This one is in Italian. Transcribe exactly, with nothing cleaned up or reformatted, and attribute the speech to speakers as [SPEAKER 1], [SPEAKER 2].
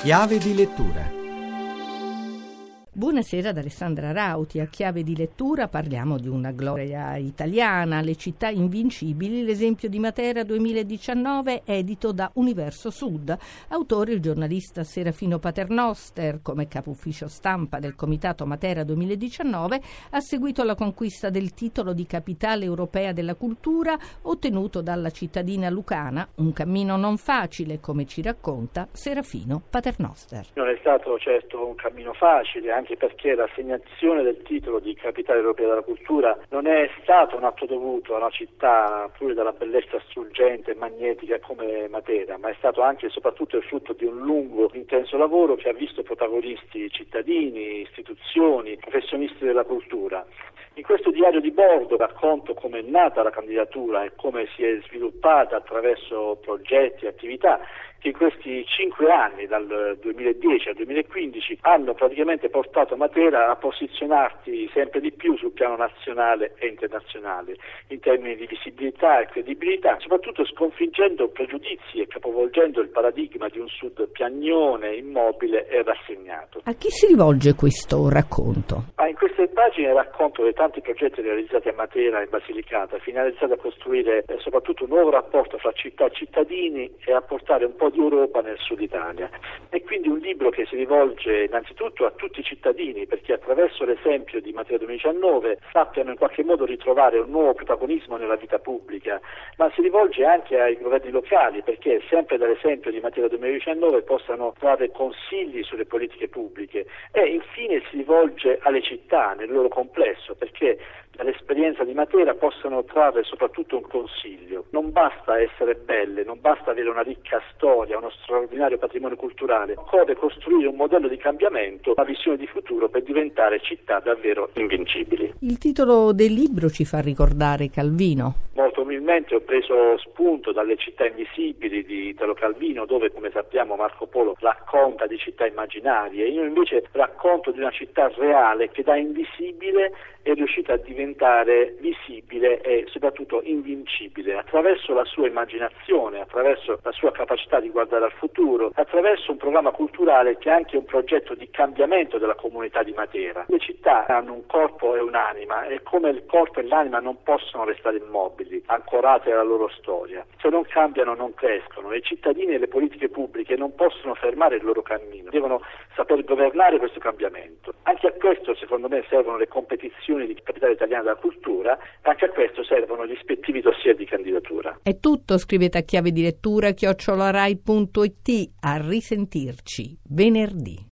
[SPEAKER 1] Chiave di lettura.
[SPEAKER 2] Buonasera ad Alessandra Rauti. A Chiave di lettura parliamo di una gloria italiana, Le città invincibili, l'esempio di Matera duemiladiciannove, edito da Universo Sud. Autore il giornalista Serafino Paternoster. Come capo ufficio stampa del Comitato Matera duemiladiciannove ha seguito la conquista del titolo di capitale europea della cultura ottenuto dalla cittadina lucana, un cammino non facile, come ci racconta Serafino Paternoster.
[SPEAKER 3] Non è stato certo un cammino facile, anche perché l'assegnazione del titolo di capitale europea della cultura non è stato un atto dovuto a una città pure dalla bellezza struggente e magnetica come Matera, ma è stato anche e soprattutto il frutto di un lungo, intenso lavoro che ha visto protagonisti cittadini, istituzioni, professionisti della cultura. In questo diario di bordo racconto come è nata la candidatura e come si è sviluppata attraverso progetti e attività che in questi cinque anni, dal duemiladieci al duemilaquindici, hanno praticamente portato Matera a posizionarsi sempre di più sul piano nazionale e internazionale, in termini di visibilità e credibilità, soprattutto sconfiggendo pregiudizi e capovolgendo il paradigma di un sud piagnone, immobile e rassegnato.
[SPEAKER 2] A chi si rivolge questo racconto?
[SPEAKER 3] Ah, in queste pagine racconto dei tanti progetti realizzati a Matera e Basilicata, finalizzati a costruire eh, soprattutto un nuovo rapporto fra città e cittadini e a portare un po' di Europa nel sud Italia. È quindi un libro che si rivolge innanzitutto a tutti i cittadini, perché attraverso l'esempio di Matera duemiladiciannove sappiano in qualche modo ritrovare un nuovo protagonismo nella vita pubblica, ma si rivolge anche ai governi locali, perché sempre dall'esempio di Matera duemiladiciannove possano trarre consigli sulle politiche pubbliche, e infine si rivolge alle città nel loro complesso, perché dall'esperienza di Matera possano trarre soprattutto un consiglio. Non basta essere belle, non basta avere una ricca storia, uno straordinario patrimonio culturale, occorre costruire un modello di cambiamento, una visione di futuro per diventare città davvero invincibili.
[SPEAKER 2] Il titolo del libro ci fa ricordare Calvino.
[SPEAKER 3] Molto umilmente ho preso spunto dalle città invisibili di Italo Calvino, dove, come sappiamo, Marco Polo racconta di città immaginarie. Io invece racconto di una città reale che da invisibile è riuscita a diventare visibile e soprattutto invincibile attraverso la sua immaginazione, attraverso la sua capacità di guardare al futuro, attraverso un programma culturale che è anche un progetto di cambiamento della comunità di Matera. Le città hanno un corpo e un'anima, e come il corpo e l'anima non possono restare immobili, ancorate alla loro storia. Se non cambiano non crescono, e i cittadini e le politiche pubbliche non possono fermare il loro cammino, devono saper governare questo cambiamento. Anche a questo, secondo me, servono le competizioni di capitale italiana della cultura, anche a questo servono gli rispettivi dossier di candidatura.
[SPEAKER 2] È tutto, scrivete a chiave di lettura chiocciola rai punto it. A risentirci venerdì.